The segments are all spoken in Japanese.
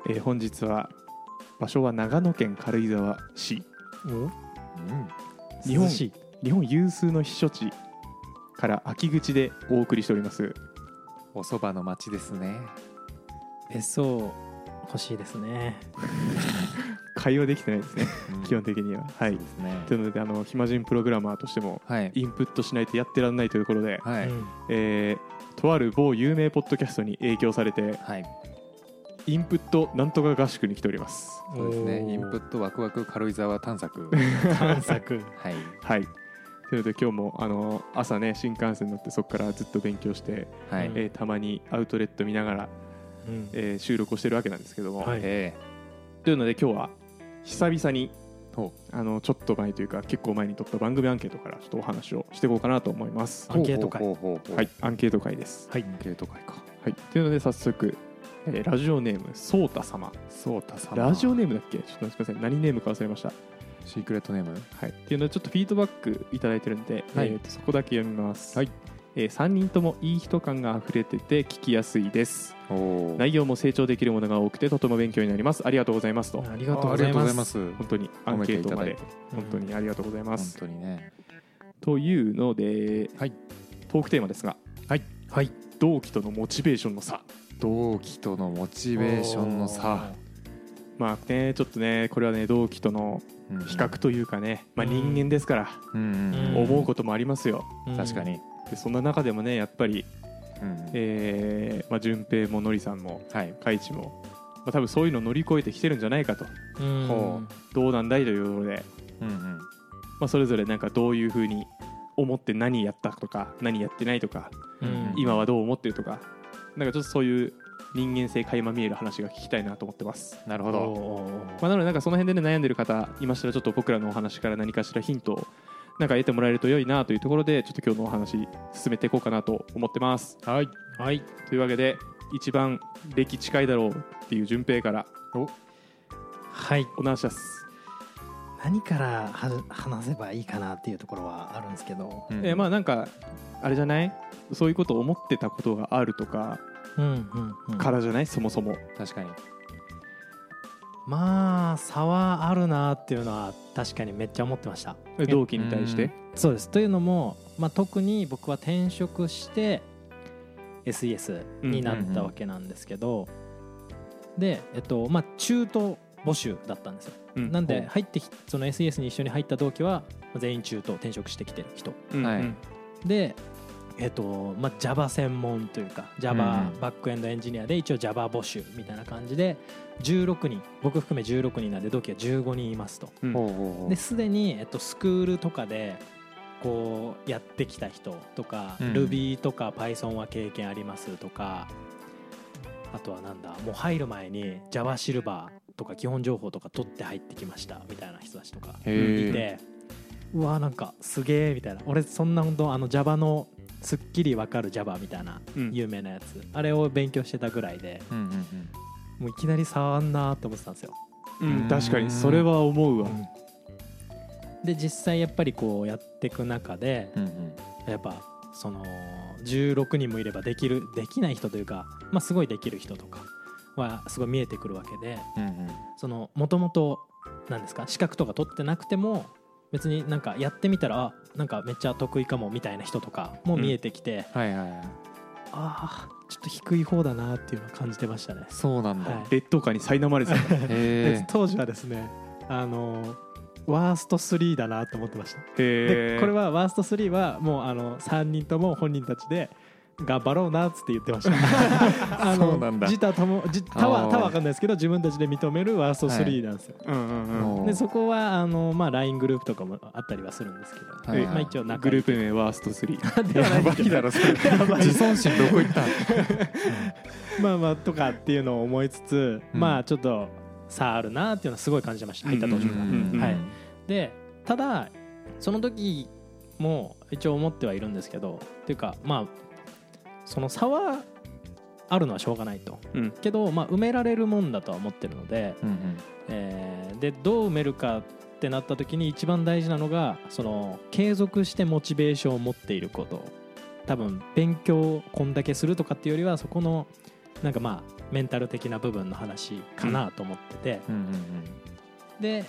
本日は場所は長野県軽井沢市、日本有数の避暑地から秋口でお送りしておりますお蕎麦の町ですね。 別荘欲しいですね。 会話できてないですね、基本的には。はい、 ですね。 というので暇人プログラマーとしてもインプットしないとやってらんないというところで、とある某有名ポッドキャストに影響されて、インプットなんとか合宿に来ております。 そうですね。インプットワクワク軽井沢探索探索はい、というので今日も朝ね新幹線に乗ってそこからずっと勉強して、たまにアウトレット見ながら、収録をしてるわけなんですけども、というので今日は久々にちょっと前というか結構前に撮った番組アンケートからちょっとお話をしていこうかなと思います。 アンケート会。 はい、アンケート会です。 アンケート会か。 はい、というので早速、ラジオネームソータ様。ラジオネームだっけ、ちょっと待ってください、何ネームか忘れました。 シークレットネーム。 はい、っていうのでちょっとフィードバックいただいてるんで、そこだけ読みます。3人ともいい人感があふれてて聞きやすいです。内容も成長できるものが多くてとても勉強になります。ありがとうございますと。 ありがとうございます。 本当にアンケートまで本当にありがとうございます。 本当にね。 というので、トークテーマですが、同期とのモチベーションの差。 同期とのモチベーションの差。 まあね、ちょっとねこれはね同期との比較というかね、人間ですから思うこともありますよ。 確かに。 でそんな中でもねやっぱり順平ものりさんも海地も、多分そういうのを乗り越えてきてるんじゃないかと。どうなんだいというところで、それぞれなんかどういうふうに思って何やったとか何やってないとか、今はどう思ってるとか、なんかちょっとそういう人間性垣間見える話が聞きたいなと思ってます。 なるほど。 なのでなんかその辺でね悩んでる方いましたらちょっと僕らのお話から何かしらヒントをなんか得てもらえると良いなというところでちょっと今日のお話進めていこうかなと思ってます。というわけで一番歴近いだろうっていう順平からお願いします。 何から話せばいいかなっていうところはあるんですけど、 なんかあれじゃない、そういうことを思ってたことがあるとかからじゃない、そもそも。 確かに。 差はあるなっていうのは確かにめっちゃ思ってました。 同期に対して。 そうです。というのも、特に僕は転職して SES になったわけなんですけど、で、中途募集だったんですよ。なんでその SES に一緒に入った同期は全員中途転職してきてる人、でJava 専門というか Java バックエンドエンジニアで一応 Java 募集みたいな感じで16人、僕含め16人なんで同期は15人いますと。ですでにスクールとかでこうやってきた人とか、Ruby とか Python は経験ありますとか、あとはもう入る前に Java シルバーとか基本情報とか取って入ってきましたみたいな人たちとかいて、うわなんかすげえみたいな。俺そんな本当Java のすっきり分かる Java みたいな有名なやつ、あれを勉強してたぐらいで、もういきなり差あんなと思ってたんですよ。 確かにそれは思うわ。 で実際やっぱりこうやっていく中で、やっぱその16人もいればできない人というか、すごいできる人とかはすごい見えてくるわけで、その元々なんですか資格とか取ってなくても別になんかやってみたらなんかめっちゃ得意かもみたいな人とかも見えてきて、ちょっと低い方だなっていうのを感じてましたね。 そうなんだ。 劣等感に苛まれてた。 当時はですねワースト3だなと思ってました。でこれはワースト3はもう3人とも本人たちで頑張ろうなっつって言ってました。 そうなんだ。 他は分かんないですけど自分たちで認めるワースト3なんですよ。でそこはLINE グループとかもあったりはするんですけど、一応グループ名ワースト3 やばいだろそれ。 自尊心どこ行ったとかっていうのを思いつつ、ちょっと差あるなっていうのはすごい感じてました、入った当初から。でただその時も一応思ってはいるんですけど、っていうかその差はあるのはしょうがないと、けど埋められるもんだとは思ってるので、でどう埋めるかってなった時に一番大事なのがその継続してモチベーションを持っていること。多分勉強をこんだけするとかっていうよりはそこのなんかメンタル的な部分の話かなと思ってて、で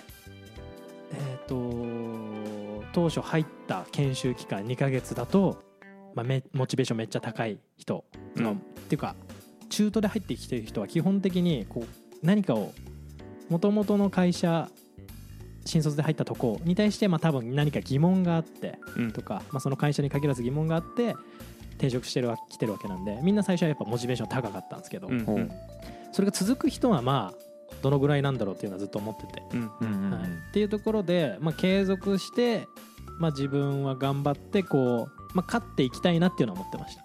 当初入った研修期間2ヶ月だと、モチベーションめっちゃ高い人、っていうか中途で入ってきてる人は基本的にこう何かを元々の会社新卒で入ったとこに対して多分何か疑問があってとか、その会社に限らず疑問があって転職来てるわけなんで、みんな最初はやっぱモチベーション高かったんですけど、それが続く人はどのぐらいなんだろうっていうのはずっと思ってて、っていうところで、継続して、自分は頑張ってこう、勝っていきたいなっていうのは思ってました。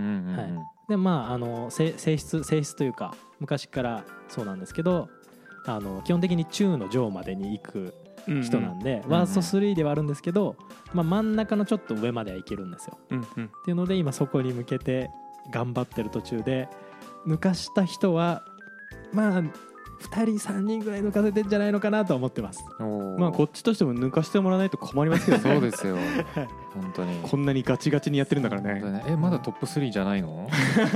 で性質というか昔からそうなんですけど、基本的に中の上までに行く人なんで、ワースト3ではあるんですけど、真ん中のちょっと上まではいけるんですよ、っていうので今そこに向けて頑張ってる途中で、抜かした人は2人3人ぐらい抜かせてんじゃないのかなと思ってます。 こっちとしても抜かしてもらわないと困りますけどね。 そうですよ本当にこんなにガチガチにやってるんだからね。 まだトップ3じゃないの？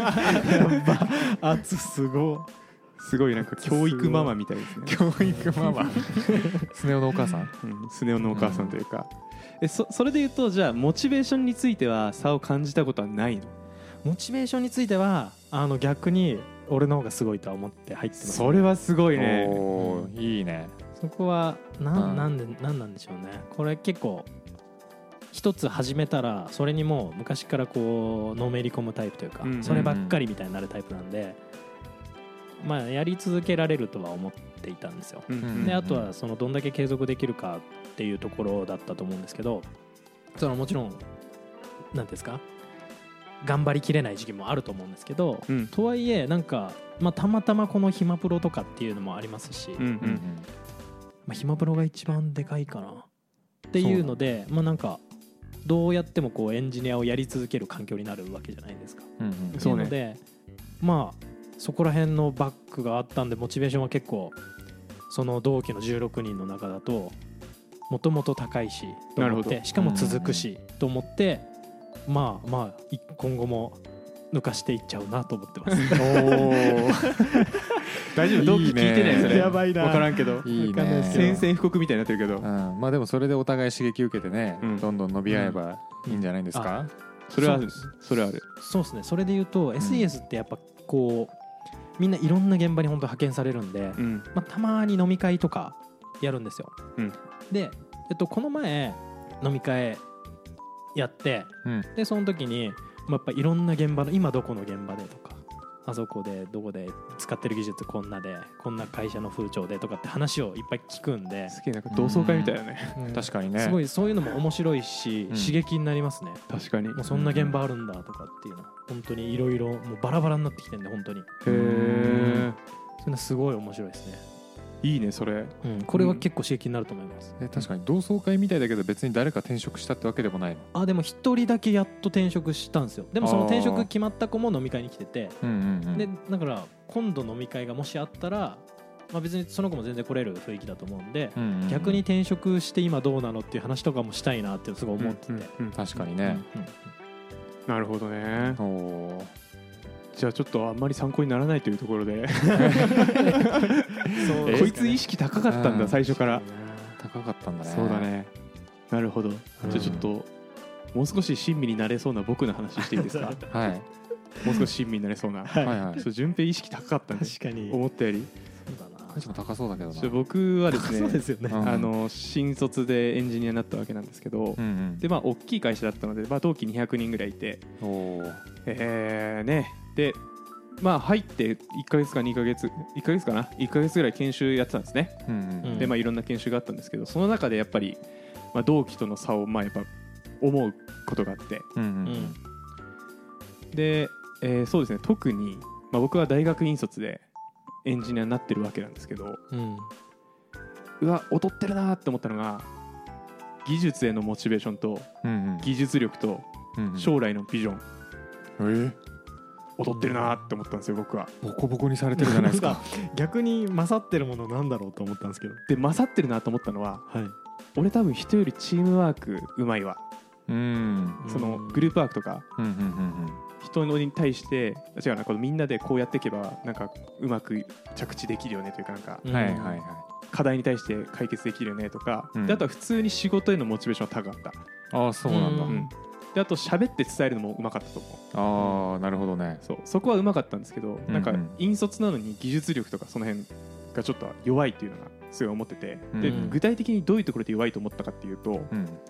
圧すごいなんか教育ママみたいですね。 教育ママスネ夫のお母さん、 スネ夫のお母さんというか、それで言うと、じゃあモチベーションについては差を感じたことはないの？ モチベーションについては逆に俺の方がすごいとは思って入ってます、ね。 それはすごいね。 いいね。 そこはなんなんでしょうね。これ結構一つ始めたらそれにもう昔からこうのめり込むタイプというか、そればっかりみたいになるタイプなんで、やり続けられるとは思っていたんですよ。であとはそのどんだけ継続できるかっていうところだったと思うんですけど、もちろんなんですか、頑張りきれない時期もあると思うんですけど、とはいえなんか、たまたまこのヒマプロとかっていうのもありますし、ヒマプロが一番でかいかなっていうので、なんかどうやってもこうエンジニアをやり続ける環境になるわけじゃないですか。そうのでそこら辺のバックがあったんで、モチベーションは結構その同期の16人の中だともともと高いしと思って、しかも続くしと思って、今後も抜かしていっちゃうなと思ってます。 大丈夫？同期聞いてないそれ。 やばいな。 分からんけど。 いいね。 宣戦布告みたいになってるけど。 でもそれでお互い刺激受けてね、どんどん伸び合えばいいんじゃないですか？ それはある。 そうですね。それで言うと SES ってやっぱこうみんないろんな現場に本当派遣されるんで、たまに飲み会とかやるんですよ。で、この前飲み会やって、でその時に、やっぱいろんな現場の今どこの現場でとか、あそこでどこで使ってる技術こんなでこんな会社の風潮でとかって話をいっぱい聞くんで、 すげえなんか同窓会みたいだね。 確かにね。 すごいそういうのも面白いし、刺激になりますね。 確かに。 もうそんな現場あるんだとかっていうのは本当にいろいろもうバラバラになってきてるんで、本当に。 そういうのすごい面白いですね。 いいねそれ。 これは結構刺激になると思います。 確かに同窓会みたいだけど別に誰か転職したってわけでもないの？ でも一人だけやっと転職したんですよ。でもその転職決まった子も飲み会に来てて、でだから今度飲み会がもしあったら、別にその子も全然来れる雰囲気だと思うんで、逆に転職して今どうなのっていう話とかもしたいなってすごい思ってて。 確かにね。 なるほどね。じゃあちょっとあんまり参考にならないというところでこいつ意識高かったんだ、最初から。 高かったんだね。 そうだね。なるほど。じゃあちょっともう少し親身になれそうな僕の話していいですか？ はい。 もう少し親身になれそうな。ちょっと順平意識高かったんで、思ったより。 高そうだけどな。 僕はですね、 そうですよね。 新卒でエンジニアになったわけなんですけど、で大きい会社だったので、同期200人ぐらいいて、で入って1ヶ月か2ヶ月1ヶ月かな1ヶ月ぐらい研修やってたんですね。でいろんな研修があったんですけど、その中でやっぱり同期との差をやっぱ思うことがあって、でそうですね、特に僕は大学院卒でエンジニアになってるわけなんですけど、うわ劣ってるなって思ったのが、技術へのモチベーションと技術力と将来のビジョン、劣ってるなって思ったんですよ、僕は。 ボコボコにされてるじゃないですか。 逆に勝ってるものなんだろうと思ったんですけど、 で勝ってるなと思ったのは、俺多分人よりチームワークうまいわ、 そのグループワークとか人に対して違うな、このみんなでこうやっていけばなんかうまく着地できるよねというか、なんか課題に対して解決できるよねとか、であとは普通に仕事へのモチベーションは高かった。 ああそうなんだ。 であと喋って伝えるのもうまかったと思う。 ああなるほどね。 そこはうまかったんですけど、なんか引率なのに技術力とかその辺がちょっと弱いっていうのがすごい思ってて、で具体的にどういうところで弱いと思ったかっていうと、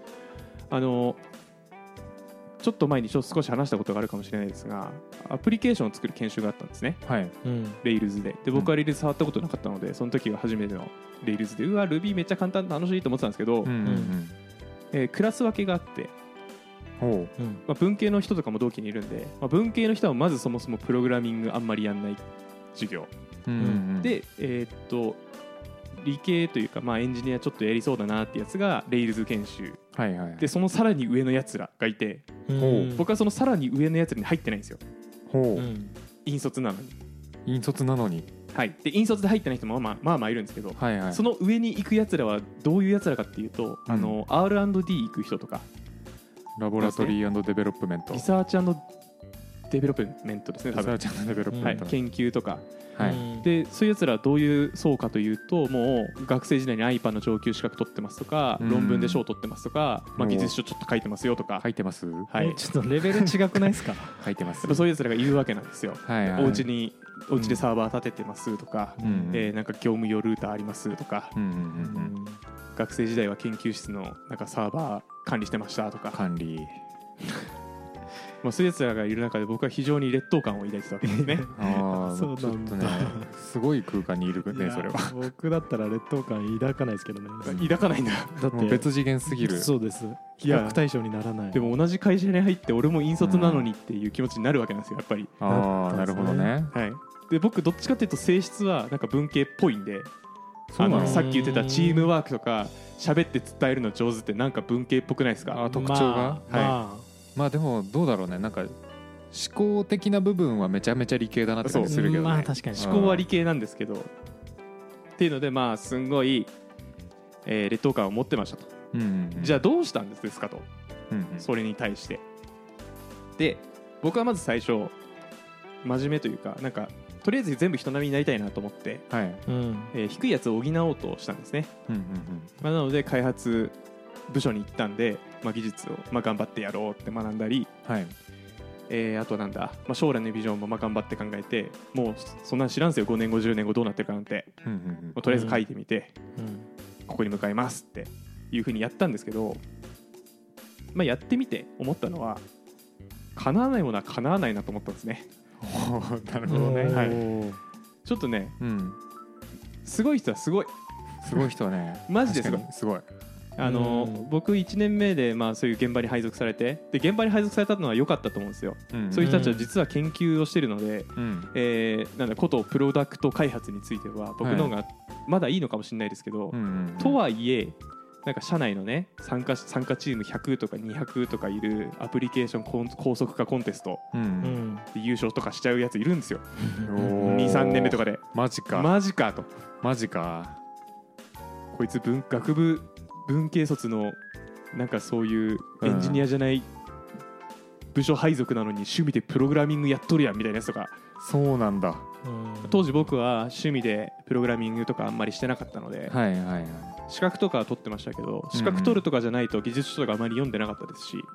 ちょっと前に少し話したことがあるかもしれないですが、アプリケーションを作る研修があったんですね、Rails で。僕は Rails 触ったことなかったので、その時は初めての Rails で、うわ Ruby めっちゃ簡単楽しいと思ってたんですけど、クラス分けがあって、文系の人とかも同期にいるんで、文系の人はまずそもそもプログラミングあんまりやんない授業、で理系というか、エンジニアちょっとやりそうだなってやつが Rails 研修、でそのさらに上のやつらがいて、僕はそのさらに上のやつらに入ってないんですよ。引率なのに。はい、で引率で入ってない人もまあいるんですけど、その上に行くやつらはどういうやつらかっていうと、R&D 行く人とか、 ラボラトリー&デベロップメント、 リサーチ&デベロップメントですね、多分。研究とか、でそういうやつらはどういう層かというと、もう学生時代に IPA の上級資格取ってますとか、論文で賞取ってますとか、技術書ちょっと書いてますよとか。 書いてます、 ちょっとレベル違くないですか？ 書いてます。 そういうやつらがいるわけなんですよ。お家でサーバー立ててますとか、なんか業務用ルーターありますとか、学生時代は研究室のなんかサーバー管理してましたとか。 管理そういうやつらがいる中で、僕は非常に劣等感を抱いてたわけですね。 そうちょっとね、すごい空間にいるね、それは。 僕だったら劣等感抱かないですけどね。 抱かないんだ。 だって別次元すぎる。 そうです。比較対象にならない。 でも同じ会社に入って俺も引率なのにっていう気持ちになるわけなんですよ、やっぱり。 ああなるほどね。 で僕どっちかっていうと性質はなんか文系っぽいんで、さっき言ってたチームワークとか喋って伝えるの上手ってなんか文系っぽくないですか？ 特徴が。でもどうだろうね、なんか思考的な部分はめちゃめちゃ理系だなって感じするけどね。 確かに思考は理系なんですけど、っていうのですんごい、劣等感を持ってましたと。じゃあどうしたんですかと、それに対して。で僕はまず最初真面目というか、なんかとりあえず全部人並みになりたいなと思って、低いやつを補おうとしたんですね。なので開発部署に行ったんで、技術を頑張ってやろうって学んだり、あとなんだ、将来のビジョンも頑張って考えて、もうそんなん知らんすよ、5年後10年後どうなってるかなんて、とりあえず書いてみて、ここに向かいますっていうふうにやったんですけど、やってみて思ったのは、叶わないものは叶わないなと思ったんですね。 なるほどね。 ちょっとね、すごい人はすごい人はね、 マジですごい。僕1年目でそういう現場に配属されて、で現場に配属されたのは良かったと思うんですよ。そういう人たちは実は研究をしているので、ことプロダクト開発については僕の方がまだいいのかもしれないですけど、とはいえなんか社内のね参加チーム100とか200とかいるアプリケーション高速化コンテストで優勝とかしちゃうやついるんですよ。2,3 年目とかで。マジかと。こいつ学部文系卒のなんかそういうエンジニアじゃない部署配属なのに趣味でプログラミングやっとるやんみたいなやつとか。 そうなんだ。 当時僕は趣味でプログラミングとかあんまりしてなかったので、資格とかは取ってましたけど、資格取るとかじゃないと技術書とかあまり読んでなかったですし、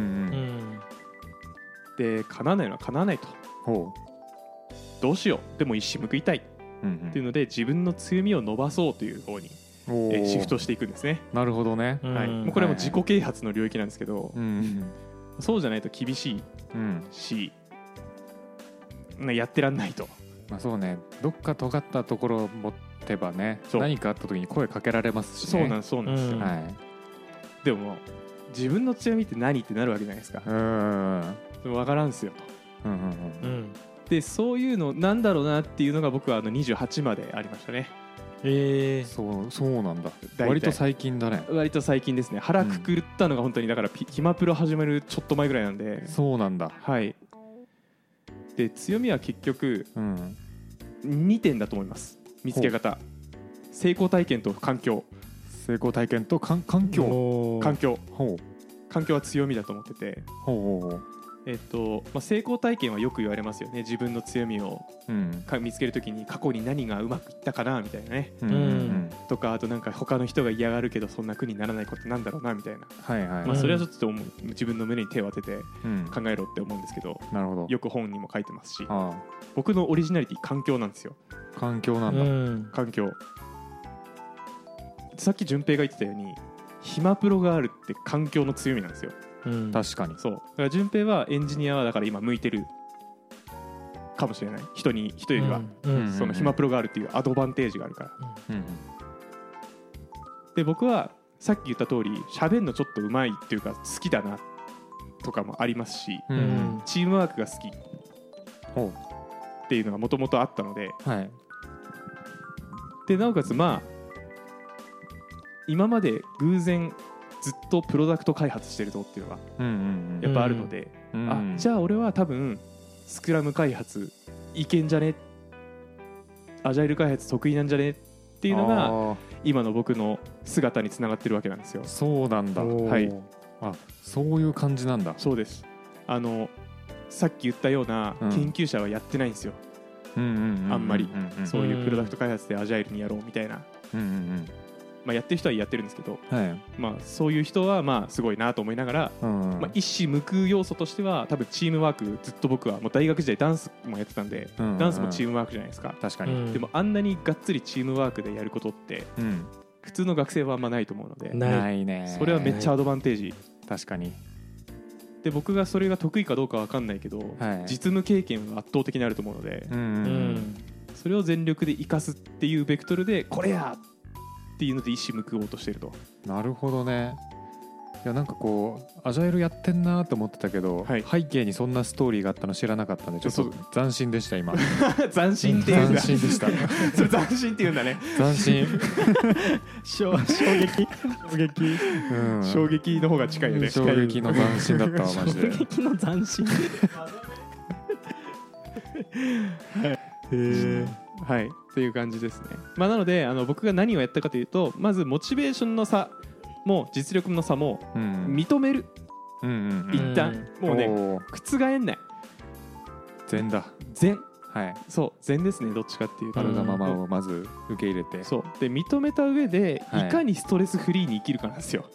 で叶わないのは叶わないと、どうしよう、でも一矢報いたいっていうので自分の強みを伸ばそうという方にシフトしていくんですね。 なるほどね。 もうこれも自己啓発の領域なんですけど、そうじゃないと厳しいし、やってらんないと。 そうね、どっか尖ったところを持ってばね、何かあった時に声かけられますしね。そうなんですよ。でも自分の強みって何ってなるわけじゃないですか。分からんすよと。でそういうのなんだろうなっていうのが僕は28までありましたね。 そうなんだ。割と最近だね。 割と最近ですね。腹くくったのが本当にだからキマプロ始めるちょっと前ぐらいなんで。 そうなんだ。 はい。で強みは結局、2点だと思います。見つけ方、成功体験と環境。 成功体験と環境。 環境は強みだと思ってて、成功体験はよく言われますよね。自分の強みを見つけるときに過去に何がうまくいったかなみたいなね、とかあとなんか他の人が嫌がるけどそんな苦にならないことなんだろうなみたいな、それはちょっと自分の胸に手を当てて考えろって思うんですけど、 なるほど、 よく本にも書いてますし、僕のオリジナリティ環境なんですよ。 環境なんだ、環境。さっき順平が言ってたように暇プロがあるって環境の強みなんですよ。 確かにそうだから順平はエンジニアはだから今向いてるかもしれない、人よりは、その暇プロがあるっていうアドバンテージがあるから、で僕はさっき言った通り喋るのちょっとうまいっていうか好きだなとかもありますし、チームワークが好きっていうのがもともとあったので、でなおかつ今まで偶然ずっとプロダクト開発してるぞっていうのがやっぱあるので、じゃあ俺は多分スクラム開発いけんじゃね、アジャイル開発得意なんじゃねっていうのが今の僕の姿につながってるわけなんですよ。 そうなんだ。はい。そういう感じなんだ。 そうです。さっき言ったような研究者はやってないんですよ、あんまり。そういうプロダクト開発でアジャイルにやろうみたいな、やってる人はやってるんですけど、そういう人はすごいなと思いながら、一矢報く要素としては多分チームワーク、ずっと僕はもう大学時代ダンスもやってたんで、ダンスもチームワークじゃないですか。 確かに。 でもあんなにがっつりチームワークでやることって、普通の学生はあんまないと思うので、 ないね。 それはめっちゃアドバンテージ。 確かに。 で僕がそれが得意かどうかは分かんないけど、実務経験は圧倒的にあると思うので、それを全力で生かすっていうベクトルでこれやっていうので一矢報おうとしてると。 なるほどね。いやなんかこうアジャイルやってんなと思ってたけど、背景にそんなストーリーがあったの知らなかったんでちょっと斬新でした今。 斬新っていうんだ。 斬新でした。 それ斬新っていうんだね。 斬新。 衝撃、 衝撃の方が近いよね。 衝撃の斬新だったわマジで。 衝撃の斬新。 はい、という感じですね。なので僕が何をやったかというと、まずモチベーションの差も実力の差も認める、一旦もうね覆んない善だ。 善、そう善ですね。どっちかっていうとあるがままをまず受け入れて、 そうで認めた上でいかにストレスフリーに生きるかなんですよ。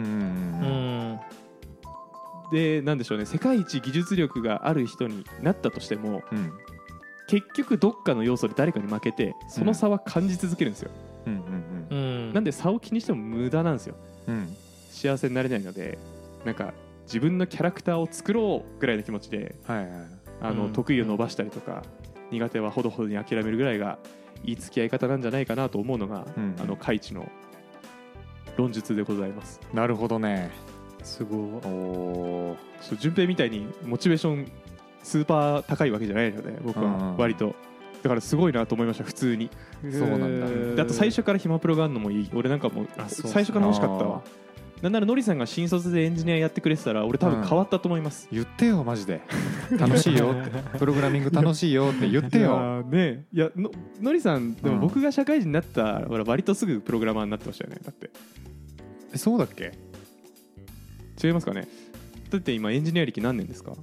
でなんでしょうね、世界一技術力がある人になったとしても、結局どっかの要素で誰かに負けてその差は感じ続けるんですよ。なんで差を気にしても無駄なんですよ、幸せになれないので、なんか自分のキャラクターを作ろうぐらいの気持ちで、得意を伸ばしたりとか、苦手はほどほどに諦めるぐらいがいい付き合い方なんじゃないかなと思うのが、カイチの論述でございます。 なるほどね。 すごい。順平みたいにモチベーションスーパー高いわけじゃないので、僕は割とだからすごいなと思いました。普通に。 そうなんだ。 であと最初から暇プロがあるのもいい。俺なんかもう最初から欲しかったわ。なんならノリさんが新卒でエンジニアやってくれてたら俺多分変わったと思います、 言ってよマジで。楽しいよプログラミング楽しいよって言ってよ。 ね、いやノリさんでも僕が社会人になったら割とすぐプログラマーになってましたよね。だってそうだっけ。 違いますかね。だって今エンジニア歴何年ですか。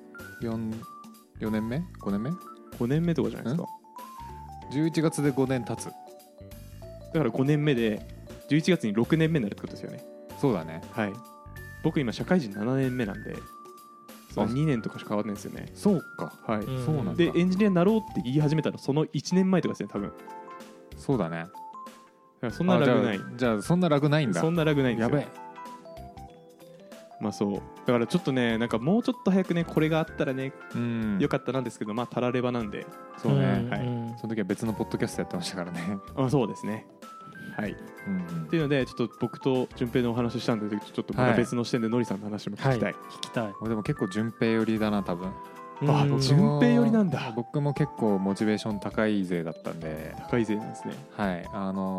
4年目5年目 5年目とかじゃないですか。 11月で5年経つ。だから5年目で11月に6年目になるってことですよね。 そうだね。 はい。僕今社会人7年目なんで2年とかしか変わらないんですよね。 そうか。 はい。 そうなんだ。 でエンジニアになろうって言い始めたのその1年前とかですね多分。 そうだね。 だからそんなラグない。 じゃあそんなラグないんだ。 そんなラグないんですよ。 やべえ。 そうだからちょっとね、なんかもうちょっと早くねこれがあったらね、よかったなんですけど、たらればなんで。 そうね、はい、その時は別のポッドキャストやってましたからね。 そうですね。はい、っていうのでちょっと僕と順平のお話したんで、ちょっとまた別の視点でのりさんの話も聞きたい。 聞きたい。 でも結構順平寄りだな多分。 順平寄りなんだ。 僕も結構モチベーション高い勢だったんで。 高い勢なんですね。 はい。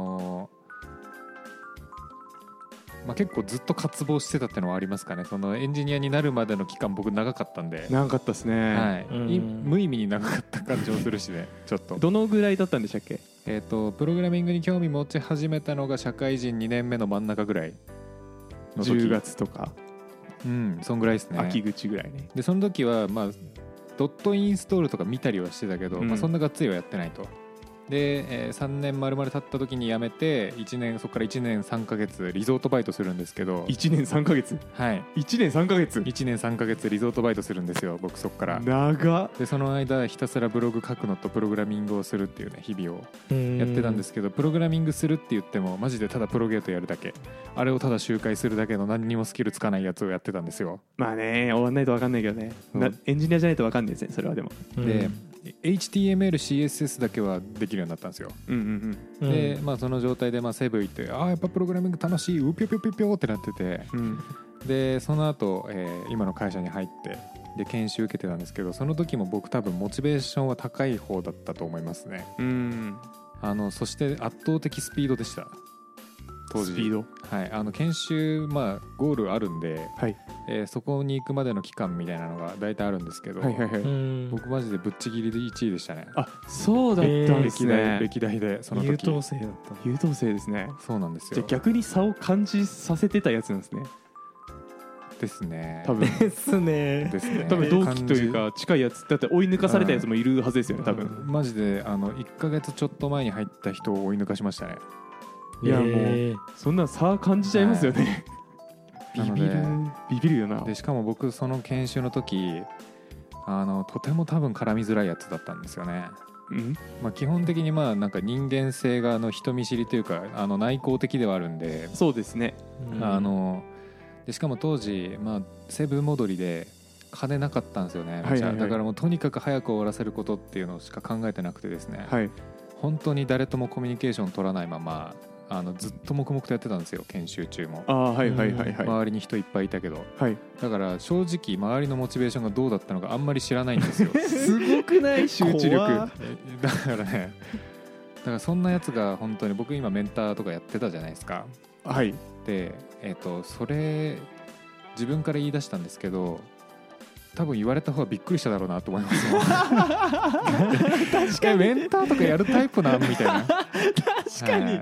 結構ずっと渇望してたってのはありますかね。そのエンジニアになるまでの期間僕長かったんで。 長かったですね。 はい。無意味に長かった感じもするしね。ちょっと。 どのぐらいだったんでしたっけ。 プログラミングに興味持ち始めたのが社会人2年目の真ん中ぐらいの時。 10月とか。 そんぐらいですね。 秋口ぐらいね。 でその時はまあドットインストールとか見たりはしてたけど、まあ、そんながっつりはやってないと。で、3年丸々経った時に辞めてそこから1年3ヶ月リゾートバイトするんですけど。 1年3ヶ月はい。 1年3ヶ月 1年3ヶ月リゾートバイトするんですよ、僕そこから。 長っ。 でその間ひたすらブログ書くのとプログラミングをするっていうね日々をやってたんですけど、プログラミングするって言ってもマジでただプロゲートやるだけ、あれをただ周回するだけの何にもスキルつかないやつをやってたんですよ。 まあね、終わんないと分かんないけどね、エンジニアじゃないと分かんないですね、それは。でもでHTML、CSS だけはできるようになったんですよ。で、まあ、その状態でまあセブン行って、やっぱプログラミング楽しい、うぴょぴょぴょぴょってなってて、でその後、今の会社に入ってで研修受けてたんですけど、その時も僕多分モチベーションは高い方だったと思いますね。そして圧倒的スピードでした当時。 スピード、 はい、研修、まあ、ゴールあるんで、 はい、 そこに行くまでの期間みたいなのが大体あるんですけど、僕マジでぶっちぎりで1位でしたね。 あ、そうだったんですね。 歴代でその時優等生だった。 優等生ですね。 そうなんですよ。 じゃあ逆に差を感じさせてたやつなんですね。 ですね。 多分ですね。 多分同期というか近いやつだって追い抜かされたやつもいるはずですよね、多分。 マジで1ヶ月ちょっと前に入った人を追い抜かしましたね。 いやもうそんな差感じちゃいますよね。ビビるよな。 でしかも僕その研修の時とても多分絡みづらいやつだったんですよね。まあ、基本的にまあなんか人間性が人見知りというか内向的ではあるんで。 そうですね。 でしかも当時、まあ、セブン戻りで金なかったんですよね。だからもうとにかく早く終わらせることっていうのしか考えてなくてですね、本当に誰ともコミュニケーション取らないままずっと黙々とやってたんですよ、研修中も。周りに人いっぱいいたけど、だから正直周りのモチベーションがどうだったのかあんまり知らないんですよ。 すごくない？集中力。 だからね、だからそんなやつが本当に、僕今メンターとかやってたじゃないですか。 はい。 で、それ自分から言い出したんですけど、多分言われた方がびっくりしただろうなと思いますもん。確かにメンターとかやるタイプなんみたいな。 確かに、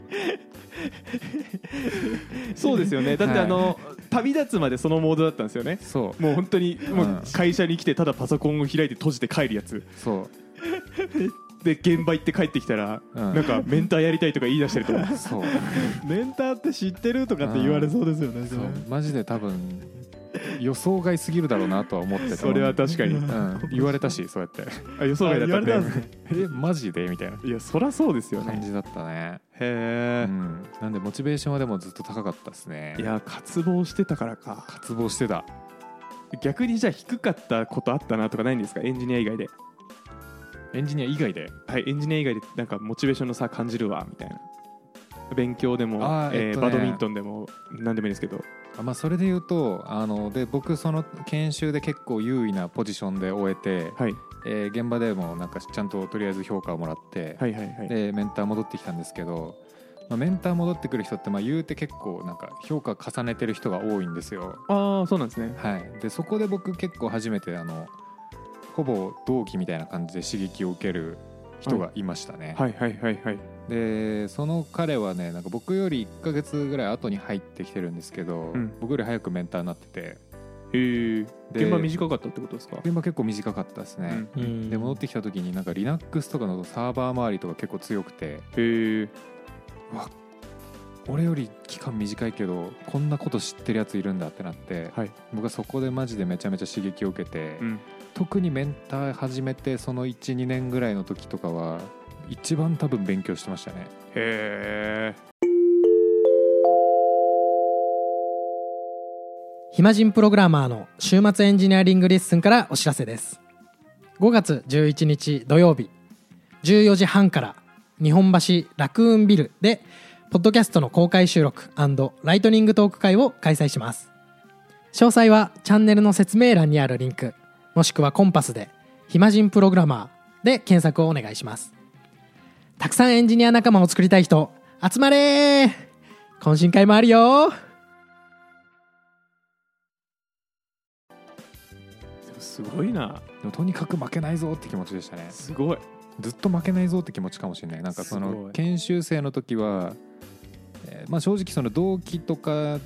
そうですよね。だって旅立つまでそのモードだったんですよね。 そう、 もう本当にもう会社に来てただパソコンを開いて閉じて帰るやつ。 そうで現場行って帰ってきたら、なんかメンターやりたいとか言い出してると思う。 そうメンターって知ってるとかって言われそうですよね。 そうマジで多分予想外すぎるだろうなとは思ってた。 それは確かに、 言われたし、そうやって予想外だったんで、 マジでみたいな。 いやそりゃそうですよね感じだったね。 へえ、 なんでモチベーションはでもずっと高かったですね。 いや渇望してたからか。 渇望してた。 逆にじゃあ低かったことあったなとかないんですか、エンジニア以外で。 エンジニア以外で、 はい、エンジニア以外でなんかモチベーションの差感じるわみたいな。勉強でも、バドミントンでも何でもいいですけど。 まあ、それで言うとで僕その研修で結構優位なポジションで終えて、現場でもなんかちゃんととりあえず評価をもらって、でメンター戻ってきたんですけど、まあ、メンター戻ってくる人ってまあ言うて結構なんか評価重ねてる人が多いんですよ。 ああ、そうなんですね。 はい。でそこで僕結構初めてほぼ同期みたいな感じで刺激を受ける人がいましたね。でその彼はね、なんか僕より1ヶ月ぐらい後に入ってきてるんですけど、僕より早くメンターになってて。 へえ。現場短かったってことですか？ 現場結構短かったですね。で戻ってきた時になんか Linux とかのサーバー周りとか結構強くて、 へえ。 わ、俺より期間短いけどこんなこと知ってるやついるんだってなって、僕はそこでマジでめちゃめちゃ刺激を受けて、特にメンター始めてその 1,2 年ぐらいの時とかは一番多分勉強してましたね。 へー。 暇人プログラマーの週末エンジニアリングレッスンからお知らせです。5月11日土曜日14時半から日本橋ラクーンビルでポッドキャストの公開収録&ライトニングトーク会を開催します。詳細はチャンネルの説明欄にあるリンク、もしくはコンパスで暇人プログラマーで検索をお願いします。たくさんエンジニア仲間を作りたい人集まれー。懇親会もあるよ。 すごいな。 でもとにかく負けないぞって気持ちでしたね。 すごい。 ずっと負けないぞって気持ちかもしれない。なんかその研修生の時は、まあ正直その同期とか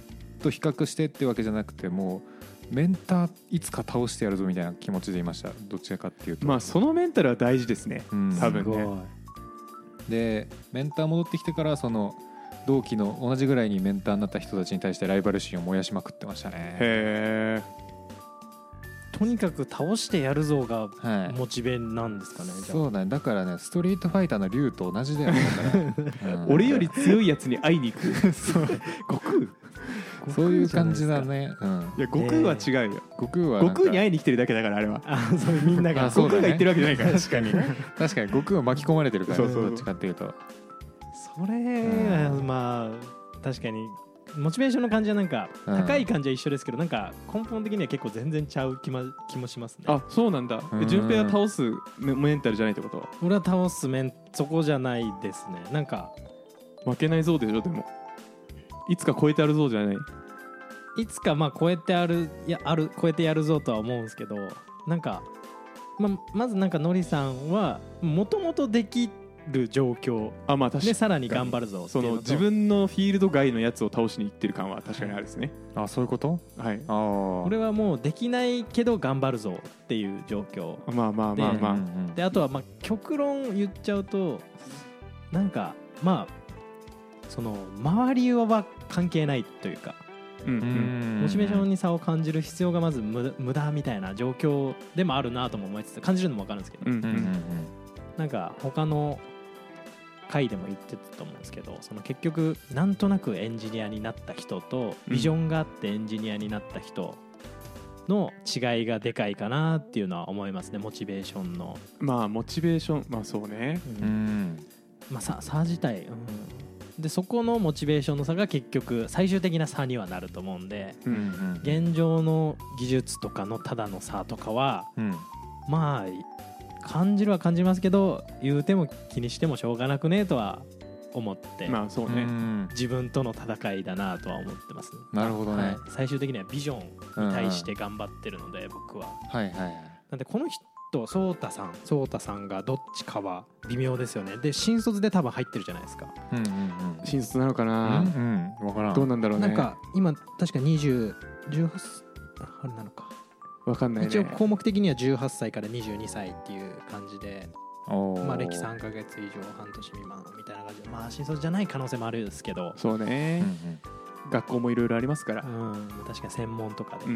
と比較してってわけじゃなくて、もうメンターいつか倒してやるぞみたいな気持ちでいました。どちらかっていうと、 まあそのメンタルは大事ですね、多分ね。 でメンター戻ってきてから、その同期の同じぐらいにメンターになった人たちに対してライバル心を燃やしまくってましたね。 へえ。 とにかく倒してやるぞがモチベなんですかね、じゃあ。 そうだね。だからね、ストリートファイターの竜と同じだよね。だから、 俺より強いやつに会いに行く。そう悟空。 そういう感じだね。 いや悟空は違うよ。 悟空に会いに来てるだけだから、あれは。 そうみんなが悟空が言ってるわけじゃないから。 確かに悟空は巻き込まれてるから、どっちかっていうと。 それまあ確かにモチベーションの感じはなんか高い感じは一緒ですけど、なんか根本的には結構全然ちゃう気もしますね。 あ、そうなんだ。順平は倒すメンタルじゃないってこと？ 俺は倒すそこじゃないですね。なんか負けないぞでしょ。でもいつか超えてやるぞじゃない。 いつかまあ超えて超えてやるぞとは思うんですけど、なんかまずなんかノリさんはもともとできる状況でさらに頑張るぞっていうのと、 その自分のフィールド外のやつを倒しにいってる感は確かにあるですね。 あ、そういうこと？ はい。 俺はもうできないけど頑張るぞっていう状況で、 であとはまあ極論言っちゃうと、なんかまあその周りは関係ないというか、モチベーションに差を感じる必要がまず無駄みたいな状況でもあるなとも思いつつ、感じるのも分かるんですけど、なんか他の回でも言ってたと思うんですけど、その結局なんとなくエンジニアになった人とビジョンがあってエンジニアになった人の違いがでかいかなっていうのは思いますね。モチベーションのモチベーション、まあそうね、 差自体、でそこのモチベーションの差が結局最終的な差にはなると思うんで、現状の技術とかのただの差とかは、まあ感じるは感じますけど、言うても気にしてもしょうがなくねとは思って、 まあそうね、 自分との戦いだなとは思ってます。 なるほどね、 最終的にはビジョンに対して頑張ってるので、僕は。なんでこの人ソータさんがどっちかは微妙ですよね。で新卒で多分入ってるじゃないですか。 新卒なのかな、 分からん。 どうなんだろうね。 なんか今確か18あれなのか分かんないね。 一応項目的には18歳から22歳っていう感じで、まあ歴3ヶ月以上半年未満みたいな感じで、まあ新卒じゃない可能性もあるんですけど。 そうね、学校もいろいろありますから、 確かに専門とかで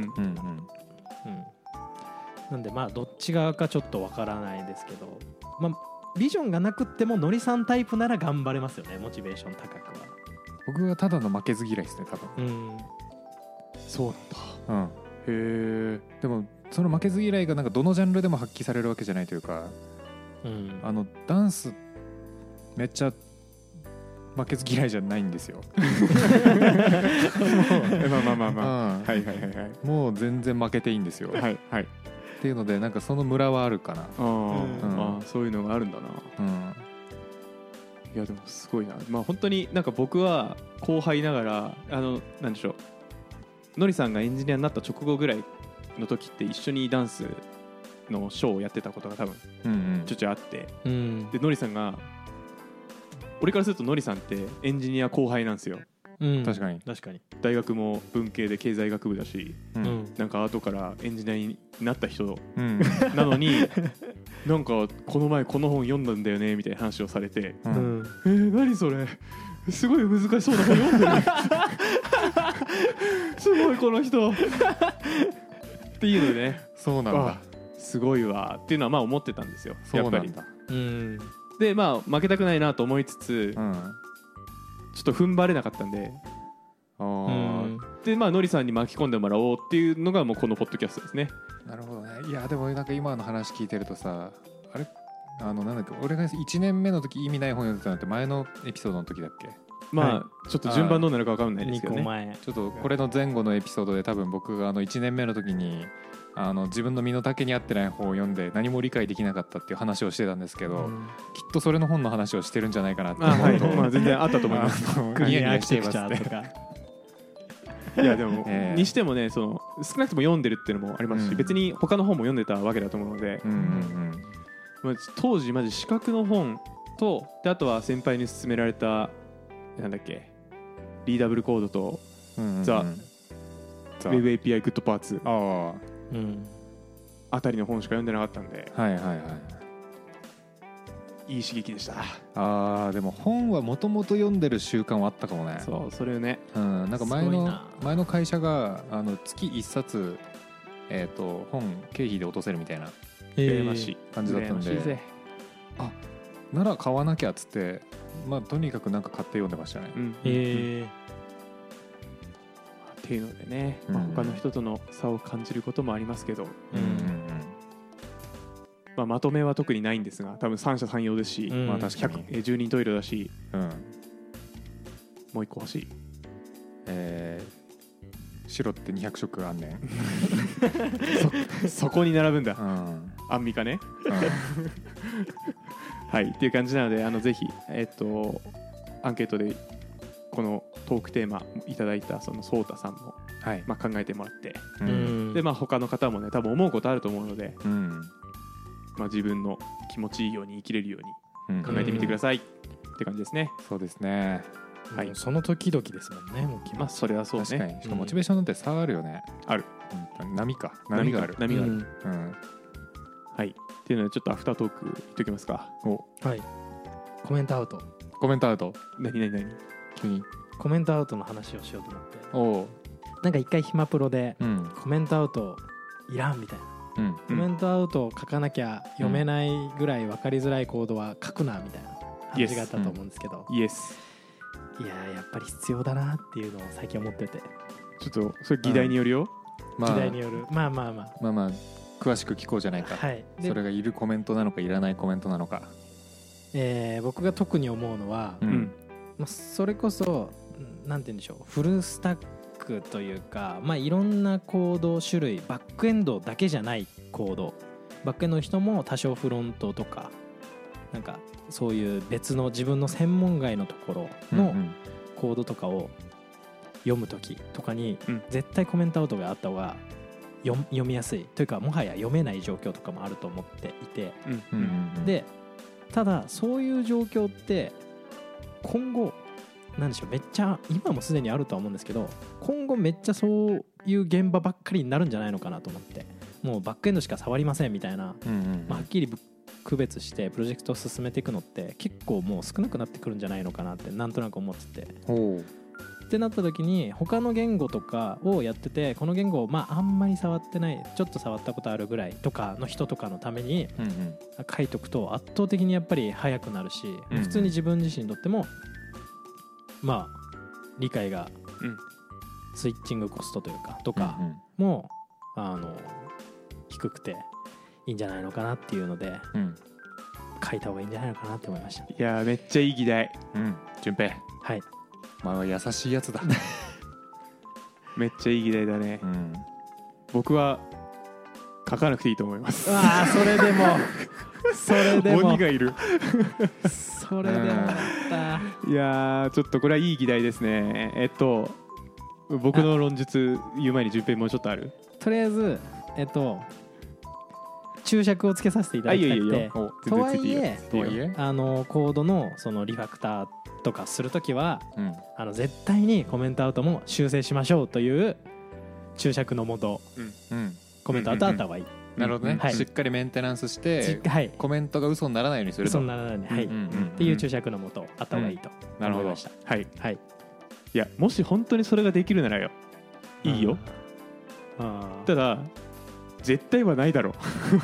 なんでまあどっち側かちょっとわからないですけど、まあビジョンがなくってもノリさんタイプなら頑張れますよね、モチベーション高くは。 僕はただの負けず嫌いですね、多分。 そうなんだ。へえ。 でもその負けず嫌いがなんかどのジャンルでも発揮されるわけじゃないというか、ダンスめっちゃ負けず嫌いじゃないんですよ。もう全然負けていいんですよ。っていうので、なんかそのムラはあるかな。 そういうのがあるんだな。いやでもすごいな。まあ本当になんか僕は後輩ながら、なんでしょう、のりさんがエンジニアになった直後ぐらいの時って一緒にダンスのショーをやってたことが多分ちょいちょいあって、でのりさんが、俺からするとのりさんってエンジニア後輩なんですよ。 確かに大学も文系で経済学部だし、なんか後からエンジニアになった人なのに、なんかこの前この本読んだんだよねみたいな話をされて、何それすごい難しそうな本読んでるすごいこの人っていうのでね、 そうなんだ、 すごいわっていうのはまあ思ってたんですよ、 やっぱり。 でまあ負けたくないなと思いつつ、ちょっと踏ん張れなかったんで、でまあのりさんに巻き込んでもらおうっていうのがもうこのポッドキャストですね。 なるほどね。いやでもなんか今の話聞いてるとさ、あれなんだっけ、俺が1年目の時意味ない本読んでたのって前のエピソードの時だっけ。 まあちょっと順番どうなるか分かんないですけどね。 2個前ちょっとこれの前後のエピソードで多分僕が1年目の時に自分の身の丈に合ってない本を読んで何も理解できなかったっていう話をしてたんですけど、きっとそれの本の話をしてるんじゃないかなって思うと、 まあ全然あったと思います。 クリアにしていますっていやでも、にしてもね、その少なくとも読んでるっていうのもありますし、別に他の本も読んでたわけだと思うので、当時マジ資格の本と、であとは先輩に勧められたなんだっけ、リーダブルコードとザ・ Web API グッドパーツうんあたりの本しか読んでなかったんで、 はいはいはい、 いい刺激でした。 でも本はもともと読んでる習慣はあったかもね。 そう、それよね。 なんか前の会社が月1冊本経費で落とせるみたいな羨ましい感じだったんで、なら買わなきゃっつって、とにかくなんか買って読んでましたね。 っていうのでね、他の人との差を感じることもありますけど、まとめは特にないんですが、多分三者三様ですし、 確かに 10人トイレだし、もう一個欲しい。 白って200色あんねんそこに並ぶんだ、アンミカねはいっていう感じなので、ぜひアンケートでこのトークテーマいただいたそのソータさんも、考えてもらって、で他の方もね多分思うことあると思うので、自分の気持ちいいように生きれるように考えてみてくださいって感じですね。 そうですね。 はい、その時々ですもんね。もうそれはそうね。 確かに。しかもモチベーションなんて差があるよね。 ある。 波がある。 はい。っていうのでちょっとアフタートーク言っておきますか。 はい。コメントアウト。 何急にコメントアウトの話をしようと思って。なんか一回ヒマプロでコメントアウトいらんみたいな。コメントアウトを書かなきゃ読めないぐらい分かりづらいコードは書くなみたいな話があったと思うんですけど、 イエス。 いややっぱり必要だなっていうのを最近思ってて、 ちょっとそれ議題によるよ。 議題による。まあ詳しく聞こうじゃないか。それがいるコメントなのかいらないコメントなのか。 僕が特に思うのは、それこそなんて言うんでしょう、フルスタックというか、いろんなコード種類、バックエンドだけじゃないコード、バックエンドの人も多少フロントとかなんかそういう別の自分の専門外のところのコードとかを読むときとかに絶対コメントアウトがあった方が読みやすいというか、もはや読めない状況とかもあると思っていて、でただそういう状況って今後なんでしょう、めっちゃ今もすでにあるとは思うんですけど、今後めっちゃそういう現場ばっかりになるんじゃないのかなと思って、もうバックエンドしか触りませんみたいな、はっきり区別してプロジェクトを進めていくのって結構もう少なくなってくるんじゃないのかなってなんとなく思ってて、ってなった時に他の言語とかをやってて、この言語をあんまり触ってない、ちょっと触ったことあるぐらいとかの人とかのために書いとくと圧倒的にやっぱり早くなるし、普通に自分自身にとっても理解がスイッチングコストというかとかも低くていいんじゃないのかなっていうので、書いた方がいいんじゃないのかなって思いました。 いやめっちゃいい議題。 順平、 はい、 お前は優しいやつだめっちゃいい議題だね。僕は書かなくていいと思います。 それでも鬼がいるそれでもだった。 いやちょっとこれはいい議題ですね。僕の論述言う前に順平もうちょっとある？ とりあえず注釈をつけさせていただきたくて、とはいえコードのそのリファクターとかするときは、絶対にコメントアウトも修正しましょうという注釈のもと、コメントアウトあった方がいい。 なるほどね、しっかりメンテナンスして、コメントが嘘にならないようにすると。 嘘にならないように、っていう注釈のもとあった方がいいと思いました。 はい。いやもし本当にそれができるならよ、いいよ。ただ絶対はないだろう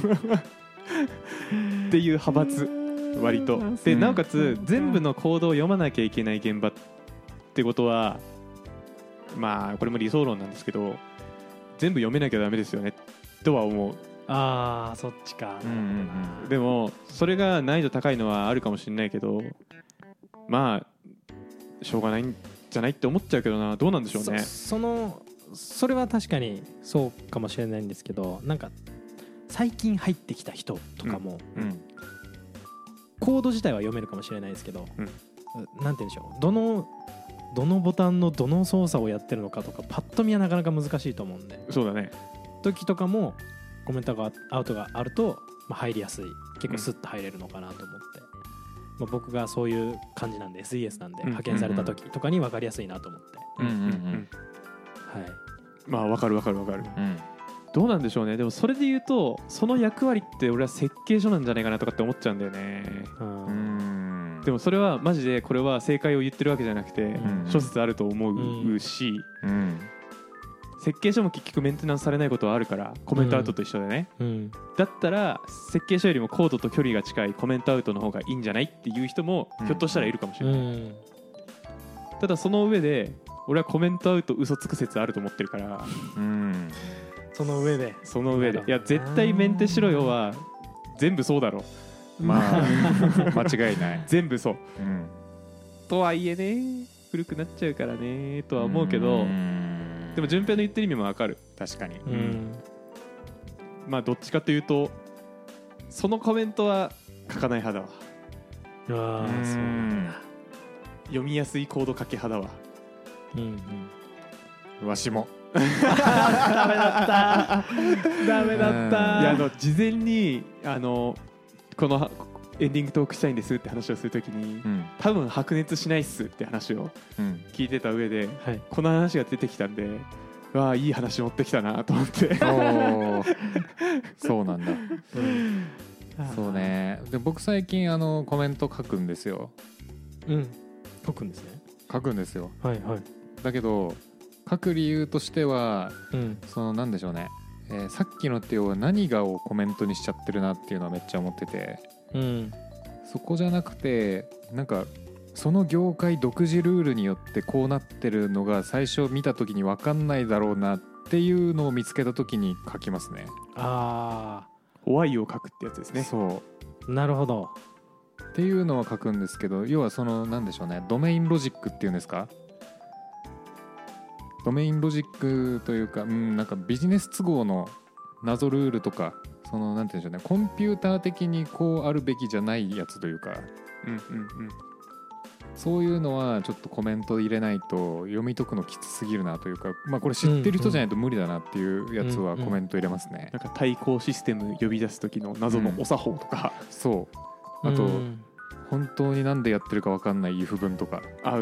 っていう派閥割とで、なおかつ全部のコードを読まなきゃいけない現場ってことは、これも理想論なんですけど、全部読めなきゃダメですよねとは思う。 そっちか。 でもそれが難易度高いのはあるかもしれないけど、しょうがないんじゃないって思っちゃうけどな。どうなんでしょうね。 それは確かにそうかもしれないんですけど、なんか最近入ってきた人とかも、コード自体は読めるかもしれないですけど、なんて言うんでしょう、どのボタンのどの操作をやってるのかとかパッと見はなかなか難しいと思うんで、 そうだね。 時とかもコメントがアウトがあると、入りやすい、結構スッと入れるのかなと思って、僕がそういう感じなんで SES なんで、派遣された時とかに分かりやすいなと思って、 まあ分かる、どうなんでしょうね。でもそれで言うとその役割って俺は設計書なんじゃないかなとかって思っちゃうんだよね。でもそれはマジでこれは正解を言ってるわけじゃなくて、諸説あると思うし、設計書も結局メンテナンスされないことはあるから、コメントアウトと一緒でね、だったら設計書よりもコードと距離が近いコメントアウトの方がいいんじゃないっていう人もひょっとしたらいるかもしれない、ただその上で俺はコメントアウト嘘つく説あると思ってるから、 その上でいや絶対メンテしろよは全部そうだろう、 まあ間違いない全部そう、とはいえね古くなっちゃうからねとは思うけど、でも順平の言ってる意味も分かる。 確かに、 まあどっちかというとそのコメントは書かない派だわ。 そうなんだ。 読みやすいコード書き派だわ。 わしもダメだった。 いや事前にこのエンディングトークしたいんですって話をするときに、多分白熱しないっすって話を聞いてた上で、この話が出てきたんで、わあいい話持ってきたなと思ってそうなんだ、そうね。で僕最近コメント書くんですよ。 書くんですね。 書くんですよ。だけど書く理由としては、そのなんでしょうね、さっきのって要は何がをコメントにしちゃってるなっていうのはめっちゃ思ってて、そこじゃなくてなんかその業界独自ルールによってこうなってるのが最初見た時に分かんないだろうなっていうのを見つけた時に書きますね。 ホワイを書くってやつですね。 そう、 なるほど。 っていうのは書くんですけど、要はそのなんでしょうね、ドメインロジックっていうんですか、ドメインロジックというか、なんかビジネス都合の謎ルールとか、そのなんて言うんでしょうね、コンピューター的にこうあるべきじゃないやつというか、そういうのはちょっとコメント入れないと読み解くのきつすぎるなというか、まあこれ知ってる人じゃないと無理だなっていうやつはコメント入れますね。 なんか対抗システム呼び出す時の謎のお作法とか、 そうあと、本当になんでやってるか分かんない if 文とか、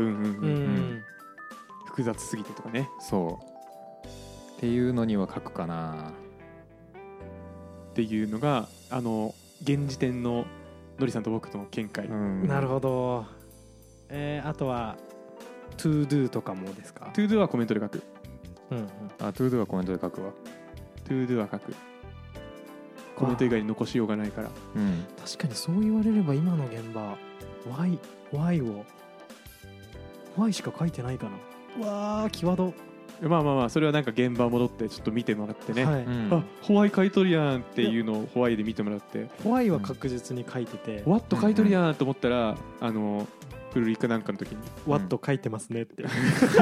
複雑すぎてとかね。 そうっていうのには書くかなっていうのが現時点ののりさんと僕の見解。 なるほど。あとは to do とかもですか。 to do はコメントで書く。 to do はコメントで書くわ。 to do は書く。コメント以外に残しようがないから。 確かにそう言われれば今の現場 Y しか書いてないかな。うわー際ど。 まあそれはなんか現場戻ってちょっと見てもらってね、ホワイ書いとるやんっていうのをホワイで見てもらって、 ホワイは確実に書いてて、 ワット書いとるやんと思ったらプルリカなんかの時にワット書いてますねって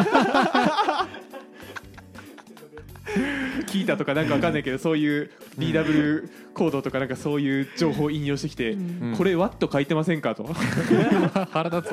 聞いたとかなんか分かんないけど、そういう DW コードとかなんかそういう情報を引用してきて、これワット書いてませんかと腹立つ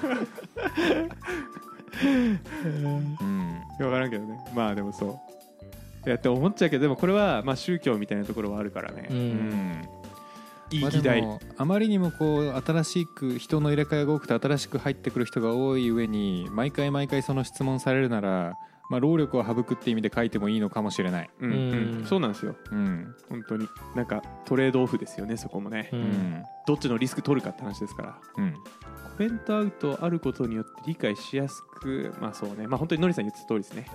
分からんけどね。まあでもそうやって思っちゃうけど、でもこれはまあ宗教みたいなところはあるからね。いい議題。 あまりにもこう新しく人の入れ替えが多くて新しく入ってくる人が多い上に毎回その質問されるなら、まあ、労力を省くって意味で書いてもいいのかもしれない。 そうなんですよ、本当になんかトレードオフですよね、そこもね、どっちのリスク取るかって話ですから、コメントアウトあることによって理解しやすく、まあそうね、まあ本当にのりさん言ってた通りですね。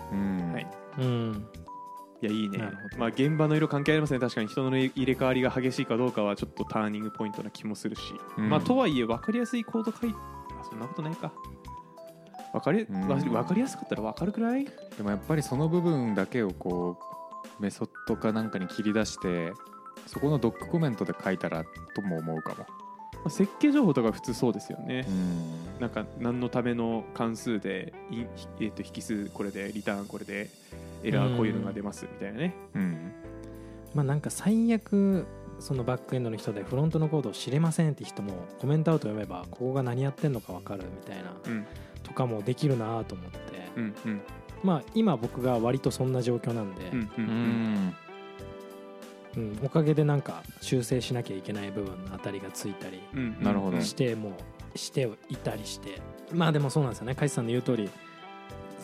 いやいいね。まあ現場の色関係ありますね。確かに人の入れ替わりが激しいかどうかはちょっとターニングポイントな気もするし、まあとはいえ分かりやすいコード書いて、そんなことないか。分かりやすかったら分かるくらい。 でもやっぱりその部分だけをこうメソッドかなんかに切り出してそこのドックコメントで書いたらとも思うかも。 設計情報とか普通そうですよね。なんか何のための関数で引数これでリターンこれでエラーこういうのが出ますみたいなね。 まあなんか最悪そのバックエンドの人でフロントのコードを知れませんって人もコメントアウト読めばここが何やってんのか分かるみたいな、とかもできるなと思って、まあ今僕が割とそんな状況なんで、おかげでなんか修正しなきゃいけない部分のあたりがついたりしていたりして、まあでもそうなんですよね。カイツさんの言う通り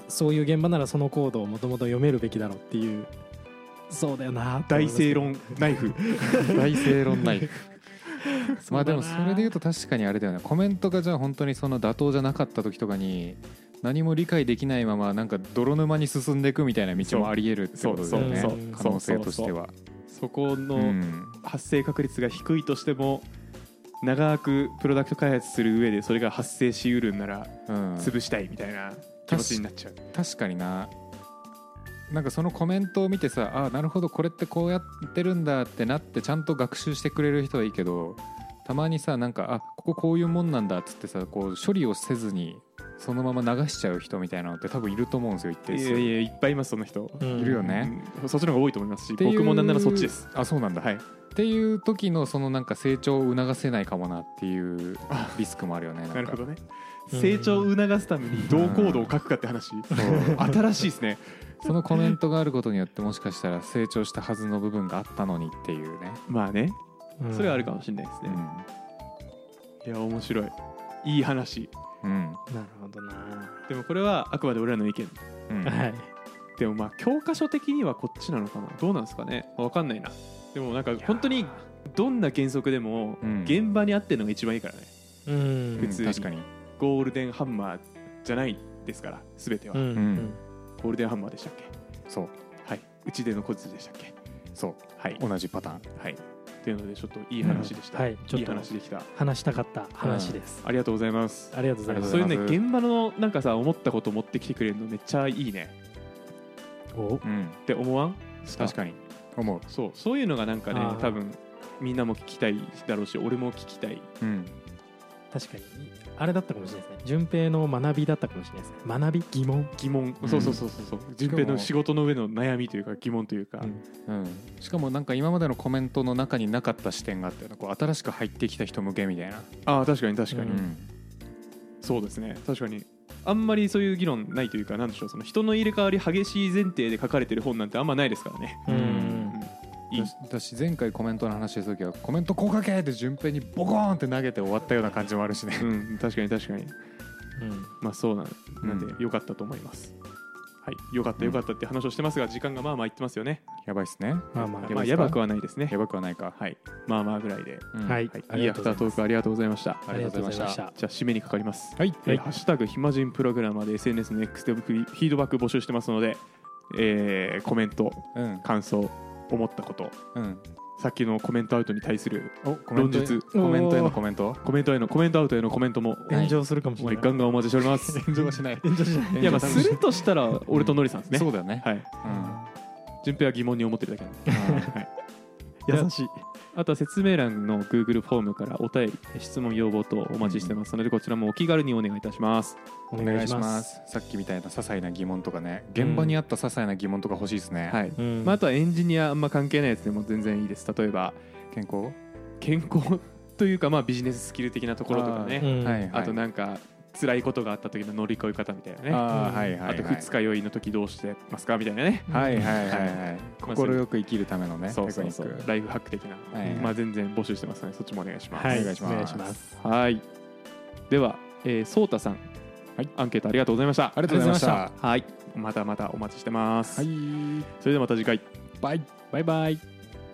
そういう現場ならそのコードをもともと読めるべきだろうっていう。そうだよな。 大正論ナイフ大正論ナイフまあでもそれで言うと確かにあれだよね。コメントがじゃあ本当にその妥当じゃなかった時とかに何も理解できないままなんか泥沼に進んでいくみたいな道もありえるってことだよね。可能性としてはそこの発生確率が低いとしても長くプロダクト開発する上でそれが発生しうるんなら潰したいみたいな気持ちになっちゃう。 確かにな。なんかそのコメントを見てさ、あ、なるほどこれってこうやってるんだってなってちゃんと学習してくれる人はいいけど、たまにさなんかあここういうもんなんだっつってさこう処理をせずにそのまま流しちゃう人みたいなのって多分いると思うんですよ一定数。 いっぱいいますその人、 いるよね、 そっちの方が多いと思いますし、僕もなんならそっちです。 あ、そうなんだ。はい。っていう時のそのなんか成長を促せないかもなっていうリスクもあるよね。 なるほどね。成長を促すためにどうコードを書くかって話、新しいですね。 そのコメントがあることによってもしかしたら成長したはずの部分があったのにっていうね。 まあね、それはあるかもしれないですね、いや面白い、いい話、 なるほどな。 でもこれはあくまで俺らの意見、はい。でもまあ教科書的にはこっちなのかな、どうなんですかね、分かんないな。でもなんか本当にどんな原則でも現場に合ってるのが一番いいからね、普通に。確かにゴールデンハンマーじゃないですから全ては、ゴールデンハンマーでしたっけ。そう、はい。うちでの小槌でしたっけ。そう、はい。同じパターン、はい。というのでちょっといい話でした、はい。ちょっといい話できた。 話したかった話です、 ありがとうございます。 ありがとうございます。 そういうね現場のなんかさ思ったこと持ってきてくれるのめっちゃいいね。って思わん？ 確かに思う。 そういうのがなんかね多分みんなも聞きたいだろうし俺も聞きたい。 確かにあれだったかもしれないですね。順平の学びだったかもしれないですね。学び、疑問、 そう順平の仕事の上の悩みというか疑問というか、 しかもなんか今までのコメントの中になかった視点があって、こう新しく入ってきた人向けみたいな。 ああ確かに、そうですね。確かにあんまりそういう議論ないというか、なんでしょう、その人の入れ替わり激しい前提で書かれてる本なんてあんまないですからね。 私前回コメントの話した時はコメントこう書けって順平にボコーンって投げて終わったような感じもあるしね。 確かに、まあそうなんでよかったと思います。はい、よかったって話をしてますが時間がまあまあいってますよね。 やばいですね。 やばくはないですね。 やばくはないか。 はい、まあまあぐらいで、 いいアフタートークありがとうございました。 ありがとうございました。 じゃあ締めにかかります。 はい、 ハッシュタグ暇人プログラマーで SNS の X でフィードバック募集してますので、コメント、感想、思ったこと、さっきのコメントアウトに対する論述、 コメントへのコメントアウトへのコメントも炎上するかもしれない。 ガンガンお待ちしております。 炎上はしない。 いやまあするとしたら俺とノリさんですね。 そうだよね。 はい。順平は疑問に思ってるだけなんで。 優しい。 あとは説明欄の Google フォームからお便り、質問要望等お待ちしてますのでこちらもお気軽にお願いいたします。 お願いします。さっきみたいな些細な疑問とかね、現場にあった些細な疑問とか欲しいですね。 はい。あとはエンジニアあんま関係ないやつでも全然いいです。例えば健康というかまあビジネススキル的なところとかね。あとなんか辛いことがあった時の乗り越え方みたいなね。あと二日酔いの時どうしてますかみたいなね。心よく生きるためのねテクニック、ライフハック的な、まあ全然募集してますのでそっちもお願いします。 お願いします。 はい。ではソータさん、アンケートありがとうございました。 ありがとうございました。 はい。またお待ちしてます。それではまた次回。 バイバイ。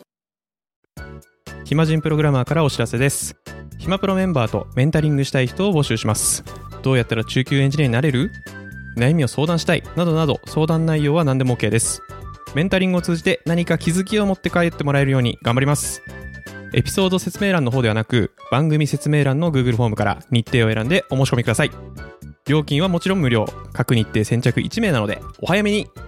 暇人プログラマーからお知らせです。暇プロメンバーとメンタリングしたい人を募集します。どうやったら中級エンジニアになれる？悩みを相談したいなどなど相談内容は何でも OK です。メンタリングを通じて何か気づきを持って帰ってもらえるように頑張ります。エピソード説明欄の方ではなく番組説明欄の Google フォームから日程を選んでお申し込みください。料金はもちろん無料、各日程先着1名なのでお早めに。